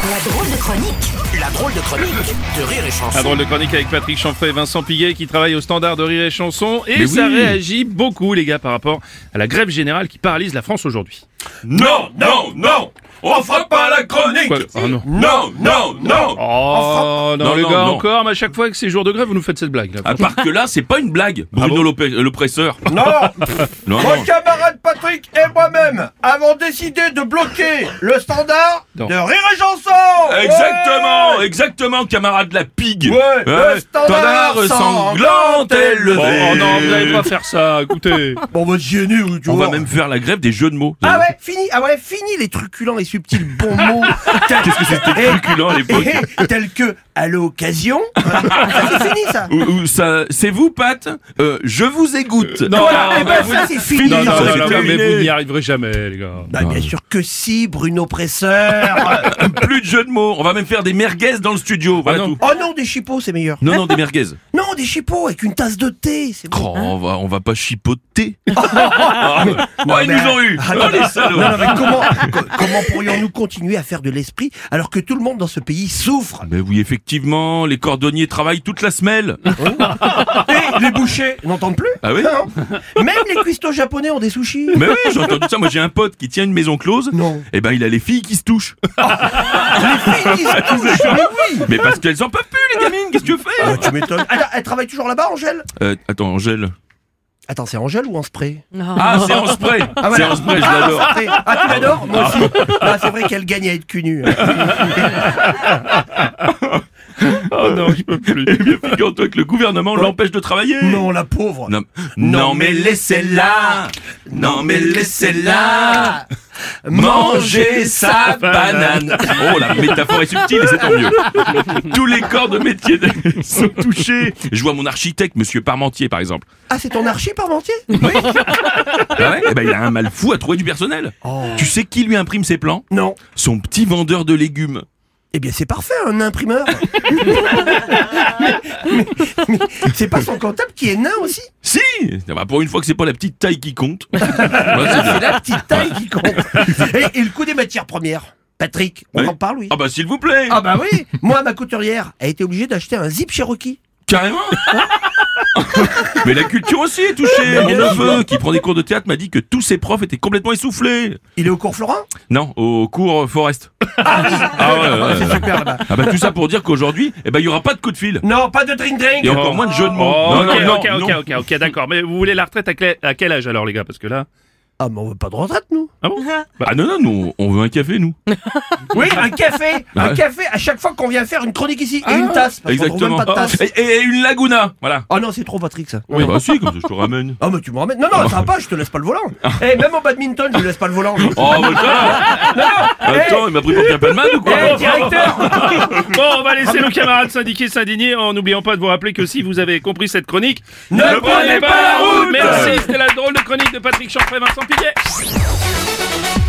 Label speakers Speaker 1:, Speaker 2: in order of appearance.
Speaker 1: La drôle de chronique.
Speaker 2: La drôle de chronique de Rire et Chanson.
Speaker 3: La drôle de chronique avec Patrick Chanfray et Vincent Piguet qui travaillent au standard de Rire et Chanson. Et
Speaker 4: Mais
Speaker 3: ça
Speaker 4: oui.
Speaker 3: réagit beaucoup, les gars, par rapport à la grève générale qui paralyse la France aujourd'hui.
Speaker 4: Non, non, non, on fera pas la chronique.
Speaker 3: Quoi Oh non.
Speaker 4: Non, non, non.
Speaker 3: Oh non,
Speaker 4: Non,
Speaker 3: les
Speaker 4: non,
Speaker 3: gars,
Speaker 4: non.
Speaker 3: encore, mais à chaque fois que c'est jour de grève, vous nous faites cette blague. Là.
Speaker 4: À part que là, c'est pas une blague, Bruno l'oppresseur.
Speaker 5: Non,
Speaker 4: Non,
Speaker 5: mon
Speaker 4: non.
Speaker 5: camarade Patrick et moi-même avons décidé de bloquer le standard
Speaker 3: Non.
Speaker 5: de Rire et Chanson.
Speaker 4: Exactement, exactement, camarade la pigue.
Speaker 5: Ouais, le standard
Speaker 4: sanglante élevé.
Speaker 3: Oh non, vous n'allez pas faire ça, écoutez.
Speaker 5: Bon, va te gêner ou tu
Speaker 4: On
Speaker 5: vois.
Speaker 4: va même faire la grève des jeux de mots.
Speaker 5: Ah ouais, fini les truculents et subtils bons mots.
Speaker 4: Qu'est-ce que c'était truculent à l'époque?
Speaker 5: Tels que à l'occasion. Ça c'est fini ça.
Speaker 4: Ou ça, c'est vous, Pat? Je vous égoutte.
Speaker 3: Non,
Speaker 5: Voilà, et ben
Speaker 3: vous-
Speaker 5: ça c'est fini.
Speaker 3: Non, non,
Speaker 4: ça,
Speaker 3: non,
Speaker 4: c'est
Speaker 3: non,
Speaker 4: terminé.
Speaker 3: mais vous n'y arriverez jamais, les gars.
Speaker 5: Bah, bien sûr que si, Bruno Presseur.
Speaker 4: Plus de jeux de mots. On va même faire des merguez dans le studio. Voilà
Speaker 3: non.
Speaker 4: tout.
Speaker 5: Oh non, des chipots c'est meilleur.
Speaker 4: Non, non, des merguez.
Speaker 5: Non, des chipots avec une tasse de thé, c'est bon.
Speaker 4: Oh, on va pas chipoter. Oh, ils nous ont eu.
Speaker 5: Ah, non,
Speaker 4: Oh, les salauds.
Speaker 5: non, mais comment pourrions-nous continuer à faire de l'esprit alors que tout le monde dans ce pays souffre?
Speaker 4: Mais oui, effectivement, les cordonniers travaillent toute la semelle.
Speaker 5: Et les bouchers n'entendent plus?
Speaker 4: Ah oui?
Speaker 5: Non. Même les cuistots japonais ont des sushis.
Speaker 4: Mais oui, j'ai entendu ça. Moi, j'ai un pote qui tient une maison close.
Speaker 5: Non.
Speaker 4: Et ben, il a les filles qui se touchent.
Speaker 5: Les filles qui se touchent, mais oui.
Speaker 4: Mais parce qu'elles en peuvent plus, les gamines. Qu'est-ce que tu fais?
Speaker 5: Ah, tu m'étonnes. Attends, elle travaille toujours là-bas, Angèle?
Speaker 4: Attends, Angèle.
Speaker 5: Attends, c'est Angèle ou en spray?
Speaker 4: Ah, c'est en spray.
Speaker 5: Ah,
Speaker 4: C'est
Speaker 5: voilà.
Speaker 4: en spray, je
Speaker 5: Ah,
Speaker 4: l'adore.
Speaker 5: en spray. Ah, tu l'adores? Moi aussi. Ah, c'est vrai qu'elle gagne à être cul nu.
Speaker 3: Oh non, je peux plus.
Speaker 4: Eh bien, figure-toi que le gouvernement l'empêche de travailler.
Speaker 5: Non, la pauvre.
Speaker 4: Non, non, mais laissez-la. Non, mais laissez-la. Manger sa banane. Oh, la métaphore est subtile et c'est tant mieux. Tous les corps de métier sont touchés. Je vois mon architecte, monsieur Parmentier, par exemple.
Speaker 5: Ah, c'est ton archi Parmentier?
Speaker 4: Ah ouais? Eh ben, il a un mal fou à trouver du personnel. Tu sais qui lui imprime ses plans?
Speaker 5: Non.
Speaker 4: Son petit vendeur de légumes.
Speaker 5: Eh bien, c'est parfait, un imprimeur. mais c'est pas son comptable qui est nain aussi?
Speaker 4: Si! Ah bah, pour une fois que c'est pas la petite taille qui compte. Ouais, c'est
Speaker 5: C'est
Speaker 4: bien.
Speaker 5: la petite taille qui compte. Et le coût des matières premières? Patrick, on
Speaker 4: Ouais.
Speaker 5: en parle, oui.
Speaker 4: Ah bah, s'il vous plaît!
Speaker 5: Ah bah oui. Moi, ma couturière a été obligée d'acheter un zip Cherokee.
Speaker 4: Carrément! Mais la culture aussi est touchée. Mon neveu, qui prend des cours de théâtre, m'a dit que tous ses profs étaient complètement essoufflés.
Speaker 5: Il est au cours Florin?
Speaker 4: Non, au cours Forest.
Speaker 5: Ah oui.
Speaker 4: Ah ouais, ouais,
Speaker 5: C'est
Speaker 4: ouais.
Speaker 5: super là-bas.
Speaker 4: Ah bah tout ça pour dire qu'aujourd'hui, eh ben il y aura pas de coup de fil.
Speaker 5: Non, pas de drink drink.
Speaker 4: Et encore moins de jeux de mots.
Speaker 3: Oh,
Speaker 4: Non,
Speaker 3: ok,
Speaker 4: non,
Speaker 3: ok,
Speaker 4: non, non.
Speaker 3: ok, d'accord. Mais vous voulez la retraite à quel âge alors, les gars? Parce que là.
Speaker 5: Ah, mais on veut pas de retraite, nous.
Speaker 3: Ah bon?
Speaker 4: Ah non, non, nous, on veut un café, nous.
Speaker 5: Oui, un café.
Speaker 4: Ah
Speaker 5: Un
Speaker 4: ouais.
Speaker 5: café à chaque fois qu'on vient faire une chronique ici. Et une tasse. Parce qu'on trouve même
Speaker 4: Exactement.
Speaker 5: pas de tasse.
Speaker 4: Et une laguna, voilà.
Speaker 5: Oh non, c'est trop, Patrick, ça.
Speaker 4: Oui, bah si, comme ça je te ramène.
Speaker 5: Ah, mais tu me ramènes. Non, non, ça va pas, je te laisse pas le volant. Eh, même au badminton, je lui laisse pas le volant.
Speaker 4: Oh, bah ça. Attends, il m'a pris pour Pierre Palman ou quoi?
Speaker 5: Eh, directeur.
Speaker 3: Bon, on va laisser nos camarades syndiqués s'indigner en n'oubliant pas de vous rappeler que si vous avez compris cette chronique,
Speaker 5: Ne prenez pas la route.
Speaker 3: Merci, c'était la drôle de chronique de Patrick Chanfray, Vincent Piguet.